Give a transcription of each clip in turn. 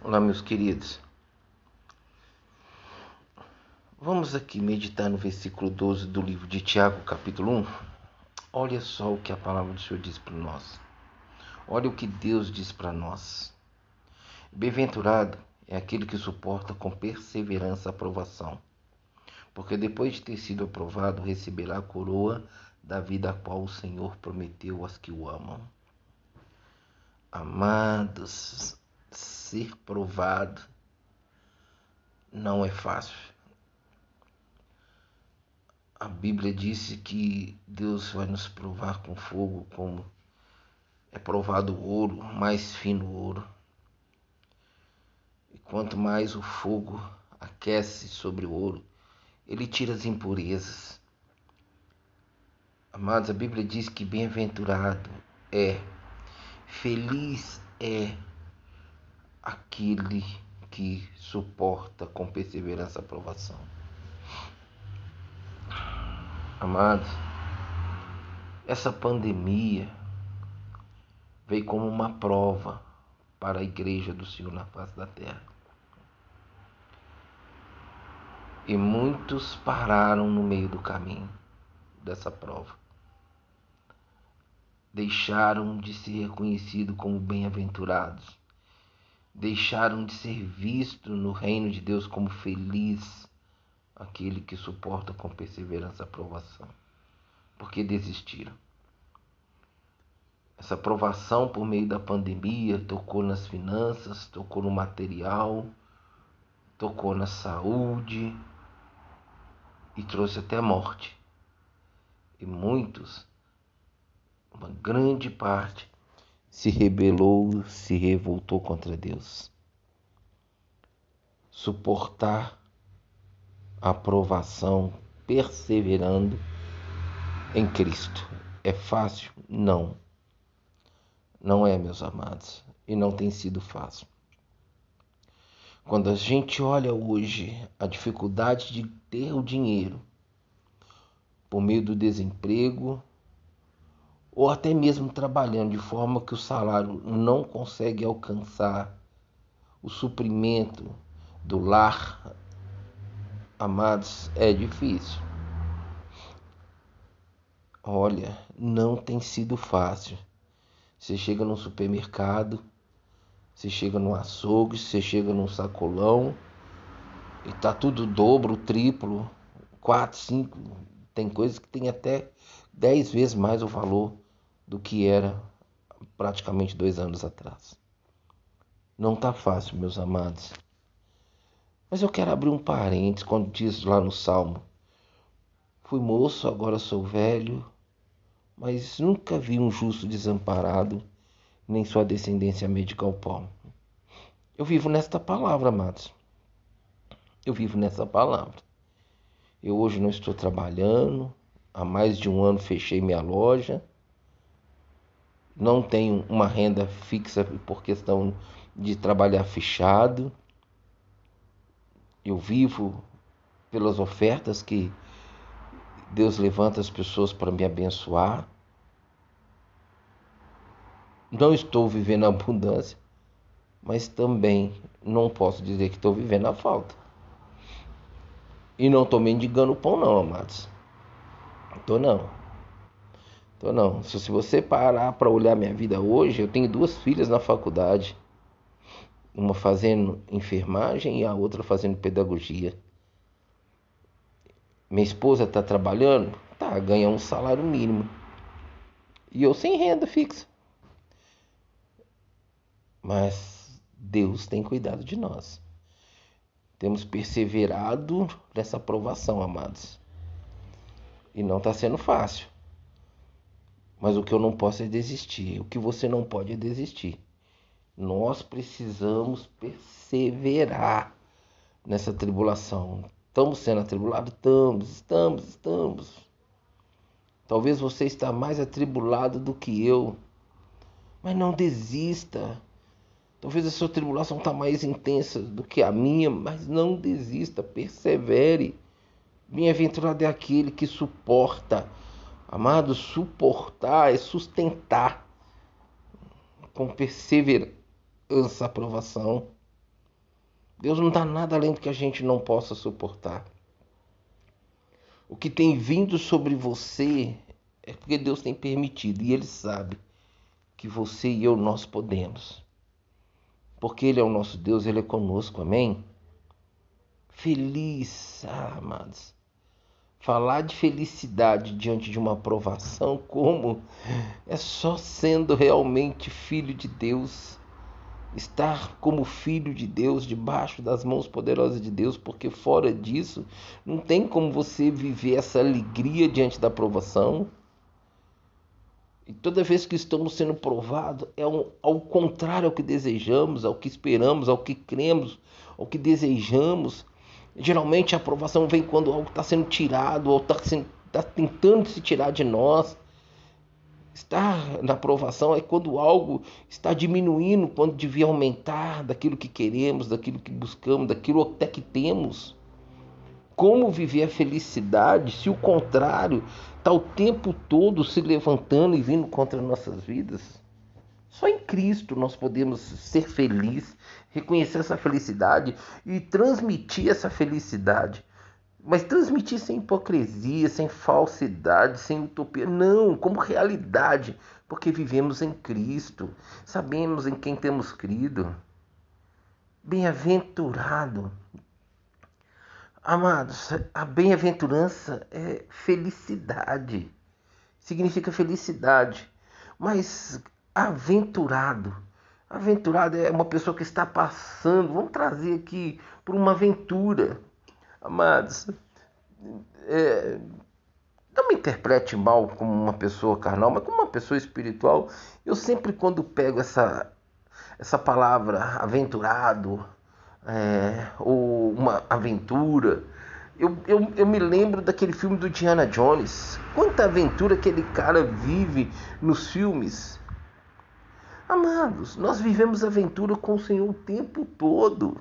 Olá, meus queridos. Vamos aqui meditar no versículo 12 do livro de Tiago, capítulo 1. Olha só o que a palavra do Senhor diz para nós. Olha o que Deus diz para nós. Bem-aventurado é aquele que suporta com perseverança a aprovação, porque depois de ter sido aprovado, receberá a coroa da vida a qual o Senhor prometeu aos que o amam. Amados, ser provado não é fácil. A Bíblia disse que Deus vai nos provar com fogo, como é provado o ouro, mais fino o ouro. E quanto mais o fogo aquece sobre o ouro, ele tira as impurezas. Amados, a Bíblia diz que bem-aventurado feliz é aquele que suporta com perseverança a aprovação. Amados, essa pandemia veio como uma prova para a igreja do Senhor na face da terra. E muitos pararam no meio do caminho dessa prova. Deixaram de ser reconhecidos como bem-aventurados. Deixaram de ser vistos no reino de Deus como feliz aquele que suporta com perseverança a provação. Porque desistiram. Essa provação por meio da pandemia tocou nas finanças, tocou no material, tocou na saúde e trouxe até morte. E muitos, uma grande parte, se rebelou, se revoltou contra Deus. Suportar a provação perseverando em Cristo é fácil? Não. Não é, meus amados, e não tem sido fácil. Quando a gente olha hoje a dificuldade de ter o dinheiro por meio do desemprego, ou até mesmo trabalhando de forma que o salário não consegue alcançar o suprimento do lar, amados, é difícil. Olha, não tem sido fácil. Você chega no supermercado, você chega no açougue, você chega num sacolão e tá tudo dobro, triplo, 4, 5. Tem coisas que tem até 10 vezes mais o valor do que era praticamente 2 anos atrás. Não tá fácil, meus amados. Mas eu quero abrir um parênteses quando diz lá no Salmo: fui moço, agora sou velho, mas nunca vi um justo desamparado, nem sua descendência médica ao pó. Eu vivo nesta palavra, amados. Eu vivo nessa palavra. Eu hoje não estou trabalhando, há mais de um ano fechei minha loja, não tenho uma renda fixa por questão de trabalhar fechado. Eu vivo pelas ofertas que Deus levanta as pessoas para me abençoar. Não estou vivendo a abundância, mas também não posso dizer que estou vivendo a falta. E não estou mendigando o pão não, amados. Estou não. Se você parar para olhar minha vida hoje, eu tenho 2 filhas na faculdade. Uma fazendo enfermagem e a outra fazendo pedagogia. Minha esposa está trabalhando? Tá, ganha um salário mínimo. E eu sem renda fixa. Mas Deus tem cuidado de nós. Temos perseverado nessa aprovação, amados. E não está sendo fácil. Mas o que eu não posso é desistir. O que você não pode é desistir. Nós precisamos perseverar nessa tribulação. Estamos sendo atribulados? Estamos. Talvez você está mais atribulado do que eu. Mas não desista. Talvez a sua tribulação está mais intensa do que a minha, mas não desista, persevere. Bem-aventurado é aquele que suporta. Amado, suportar é sustentar com perseverança a aprovação. Deus não dá nada além do que a gente não possa suportar. O que tem vindo sobre você é porque Deus tem permitido e Ele sabe que você e eu nós podemos. Porque Ele é o nosso Deus, Ele é conosco, amém? Feliz, amados. Falar de felicidade diante de uma aprovação, como é só sendo realmente filho de Deus, estar como filho de Deus, debaixo das mãos poderosas de Deus, porque fora disso, não tem como você viver essa alegria diante da aprovação. E toda vez que estamos sendo provados, ao contrário ao que desejamos, ao que esperamos, ao que cremos, ao que desejamos. Geralmente a aprovação vem quando algo está sendo tirado, ou está tentando se tirar de nós. Estar na aprovação é quando algo está diminuindo, quando devia aumentar daquilo que queremos, daquilo que buscamos, daquilo até que temos. Como viver a felicidade se o contrário está o tempo todo se levantando e vindo contra nossas vidas? Só em Cristo nós podemos ser felizes, reconhecer essa felicidade e transmitir essa felicidade. Mas transmitir sem hipocrisia, sem falsidade, sem utopia. Não, como realidade. Porque vivemos em Cristo. Sabemos em quem temos crido. Bem-aventurado. Amados, a bem-aventurança é felicidade. Significa felicidade. Mas aventurado. Aventurado é uma pessoa que está passando. Vamos trazer aqui por uma aventura. Amados, não me interprete mal como uma pessoa carnal, mas como uma pessoa espiritual. Eu sempre, quando pego essa palavra aventurado, ou uma aventura, eu me lembro daquele filme do Indiana Jones. Quanta aventura aquele cara vive nos filmes. Amados, nós vivemos aventura com o Senhor o tempo todo.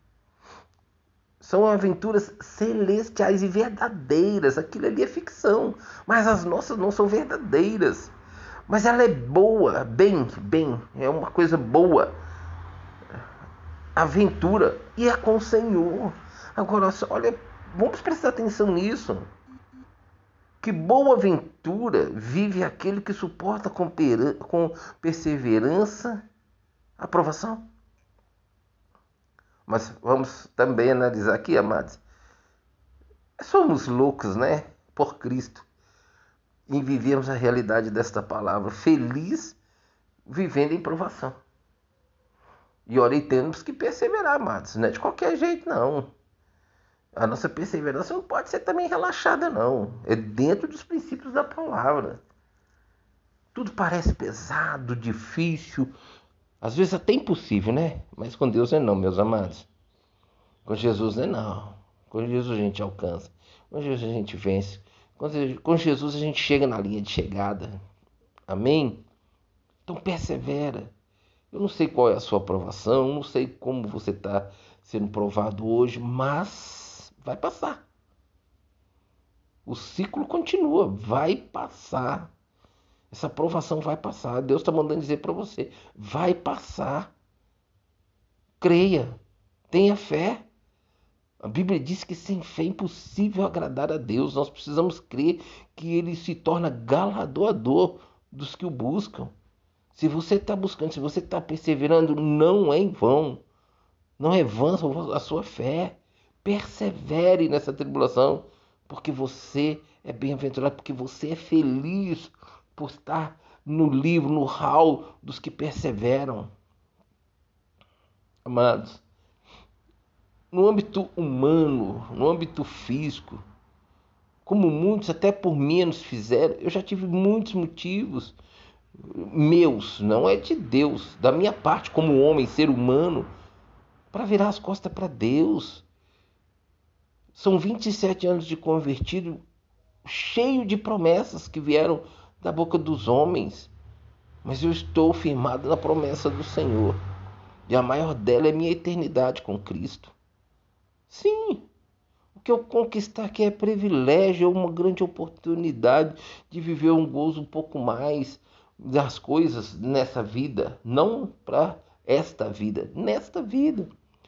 São aventuras celestiais e verdadeiras. Aquilo ali é ficção, mas as nossas não são verdadeiras. Mas ela é boa, bem, é uma coisa boa. Aventura, e é com o Senhor. Agora, olha, vamos prestar atenção nisso. Que boa aventura vive aquele que suporta com perseverança a aprovação. Mas vamos também analisar aqui, amados. Somos loucos, né? Por Cristo. Em vivermos a realidade desta palavra. Feliz vivendo em provação. E ora, temos que perseverar, amados. Não é de qualquer jeito, não. A nossa perseverança não pode ser também relaxada, não. É dentro dos princípios da palavra. Tudo parece pesado, difícil. Às vezes até impossível, né? Mas com Deus é não, meus amados. Com Jesus é não. Com Jesus a gente alcança. Com Jesus a gente vence. Com Jesus a gente chega na linha de chegada. Amém? Então persevera. Eu não sei qual é a sua aprovação, não sei como você está sendo provado hoje, mas vai passar. O ciclo continua, vai passar. Essa aprovação vai passar. Deus está mandando dizer para você, vai passar. Creia, tenha fé. A Bíblia diz que sem fé é impossível agradar a Deus. Nós precisamos crer que Ele se torna galardoador dos que o buscam. Se você está buscando, se você está perseverando, não é em vão. Não é vã a sua fé. Persevere nessa tribulação, porque você é bem-aventurado, porque você é feliz por estar no livro, no hall dos que perseveram. Amados, no âmbito humano, no âmbito físico, como muitos até por menos fizeram, eu já tive muitos motivos meus, não é de Deus, da minha parte como homem, ser humano, para virar as costas para Deus. São 27 anos de convertido, cheio de promessas que vieram da boca dos homens, mas eu estou firmado na promessa do Senhor, e a maior dela é minha eternidade com Cristo. Sim, o que eu conquistar aqui é privilégio, é uma grande oportunidade de viver um gozo um pouco mais das coisas nessa vida, não para esta vida, nesta vida.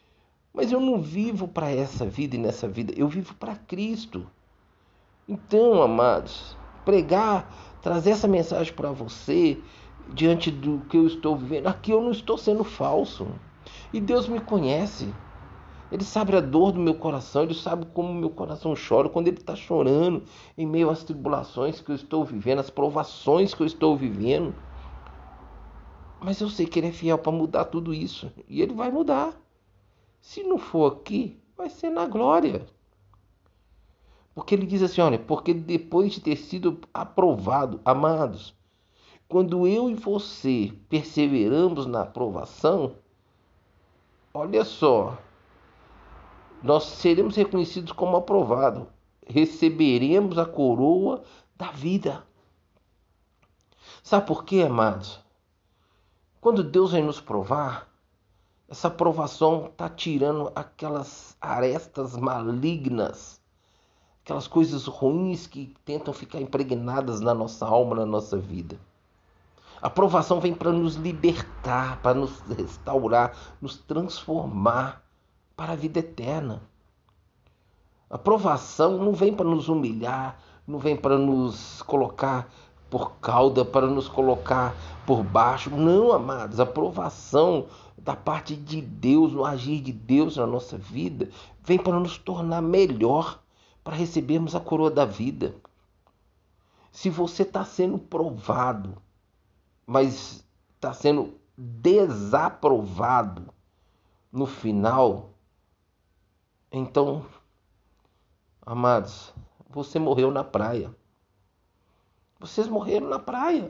Mas eu não vivo para essa vida e nessa vida, eu vivo para Cristo. Então, amados, pregar, trazer essa mensagem para você, diante do que eu estou vivendo, aqui eu não estou sendo falso. E Deus me conhece. Ele sabe a dor do meu coração, Ele sabe como o meu coração chora, quando Ele está chorando em meio às tribulações que eu estou vivendo, às provações que eu estou vivendo. Mas eu sei que Ele é fiel para mudar tudo isso. E Ele vai mudar. Se não for aqui, vai ser na glória. Porque Ele diz assim, olha, porque depois de ter sido aprovado, amados, quando eu e você perseveramos na aprovação, olha só, nós seremos reconhecidos como aprovados. Receberemos a coroa da vida. Sabe por quê, amados? Quando Deus vem nos provar, essa aprovação está tirando aquelas arestas malignas, aquelas coisas ruins que tentam ficar impregnadas na nossa alma, na nossa vida. A aprovação vem para nos libertar, para nos restaurar, nos transformar para a vida eterna. A provação não vem para nos humilhar, não vem para nos colocar por cauda, para nos colocar por baixo. Não, amados, a provação da parte de Deus, no agir de Deus na nossa vida, vem para nos tornar melhor, para recebermos a coroa da vida. Se você está sendo provado, mas está sendo desaprovado no final, então, amados, você morreu na praia. Vocês morreram na praia.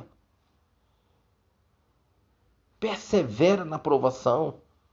Persevera na aprovação.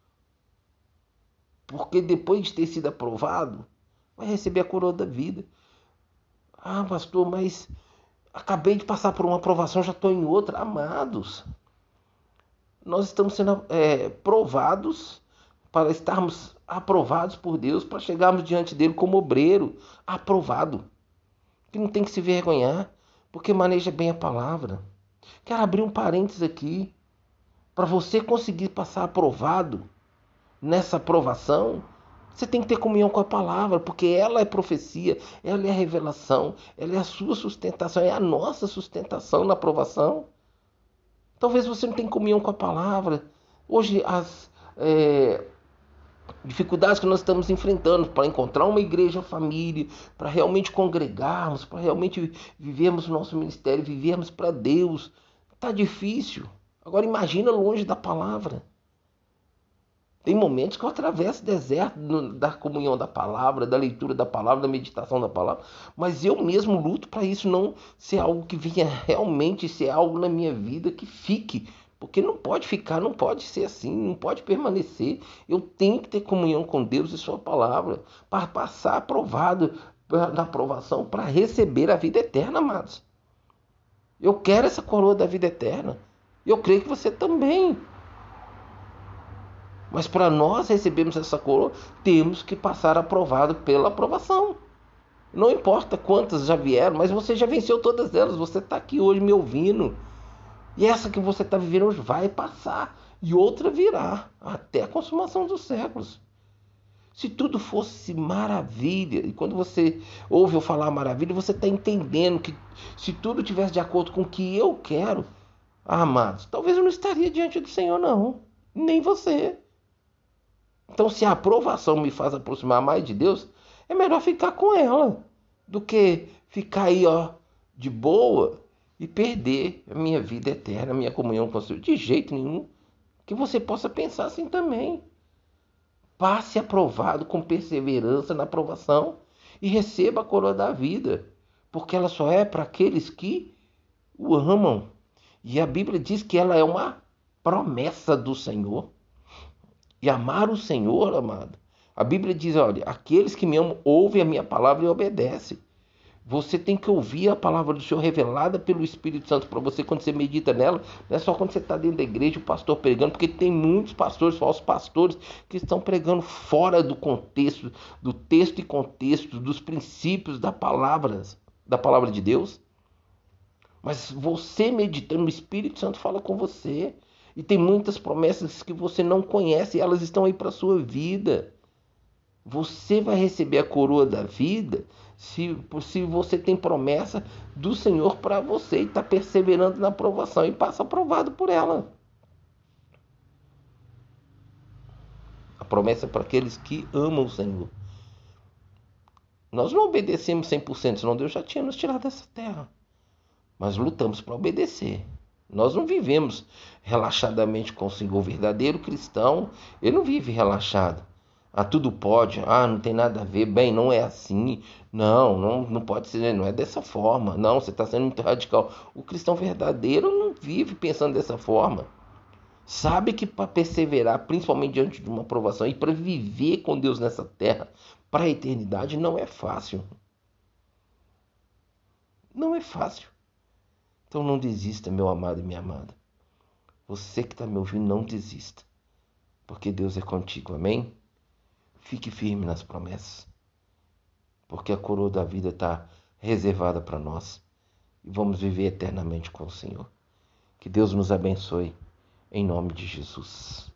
Porque depois de ter sido aprovado, vai receber a coroa da vida. Ah, pastor, mas acabei de passar por uma aprovação, já estou em outra. Amados, nós estamos sendo provados para estarmos aprovados por Deus, para chegarmos diante dele como obreiro, aprovado, que não tem que se vergonhar, porque maneja bem a palavra. Quero abrir um parênteses aqui, para você conseguir passar aprovado nessa aprovação, você tem que ter comunhão com a palavra, porque ela é profecia, ela é a revelação, ela é a sua sustentação, é a nossa sustentação na aprovação. Talvez você não tenha comunhão com a palavra. Hoje as dificuldades que nós estamos enfrentando para encontrar uma igreja família, para realmente congregarmos, para realmente vivermos o nosso ministério, vivermos para Deus, está difícil. Agora imagina longe da palavra. Tem momentos que eu atravesso deserto da comunhão da palavra, da leitura da palavra, da meditação da palavra, mas eu mesmo luto para isso não ser algo que venha realmente ser algo na minha vida que fique, porque não pode ficar, não pode ser assim, não pode permanecer. Eu tenho que ter comunhão com Deus e sua palavra para passar aprovado na aprovação, para receber a vida eterna, amados. Eu quero essa coroa da vida eterna. Eu creio que você também. Mas para nós recebermos essa coroa, temos que passar aprovado pela aprovação. Não importa quantas já vieram, mas você já venceu todas elas. Você está aqui hoje me ouvindo. E essa que você está vivendo hoje vai passar. E outra virá, até a consumação dos séculos. Se tudo fosse maravilha, e quando você ouve eu falar maravilha, você está entendendo que se tudo tivesse de acordo com o que eu quero, amados, talvez eu não estaria diante do Senhor, não. Nem você. Então, se a aprovação me faz aproximar mais de Deus, é melhor ficar com ela do que ficar aí, de boa e perder a minha vida eterna, a minha comunhão com o Senhor. De jeito nenhum. Que você possa pensar assim também. Passe aprovado com perseverança na aprovação e receba a coroa da vida, porque ela só é para aqueles que o amam. E a Bíblia diz que ela é uma promessa do Senhor. E amar o Senhor, amado, a Bíblia diz, olha, aqueles que me amam ouvem a minha palavra e obedecem. Você tem que ouvir a palavra do Senhor revelada pelo Espírito Santo para você quando você medita nela. Não é só quando você está dentro da igreja o pastor pregando, porque tem muitos pastores, falsos pastores, que estão pregando fora do contexto, do texto e contexto, dos princípios da palavra de Deus. Mas você meditando, o Espírito Santo fala com você. E tem muitas promessas que você não conhece e elas estão aí para a sua vida. Você vai receber a coroa da vida se você tem promessa do Senhor para você e está perseverando na aprovação e passa aprovado por ela. A promessa é para aqueles que amam o Senhor. Nós não obedecemos 100%, senão Deus já tinha nos tirado dessa terra. Mas lutamos para obedecer. Nós não vivemos relaxadamente com o Senhor. O verdadeiro cristão, ele não vive relaxado. Tudo pode. Não tem nada a ver. Bem, não é assim. Não pode ser. Não é dessa forma. Não, você está sendo muito radical. O cristão verdadeiro não vive pensando dessa forma. Sabe que para perseverar, principalmente diante de uma aprovação, e para viver com Deus nessa terra, para a eternidade, não é fácil. Não é fácil. Então não desista, meu amado e minha amada. Você que está me ouvindo, não desista. Porque Deus é contigo, amém? Fique firme nas promessas. Porque a coroa da vida está reservada para nós. E vamos viver eternamente com o Senhor. Que Deus nos abençoe. Em nome de Jesus.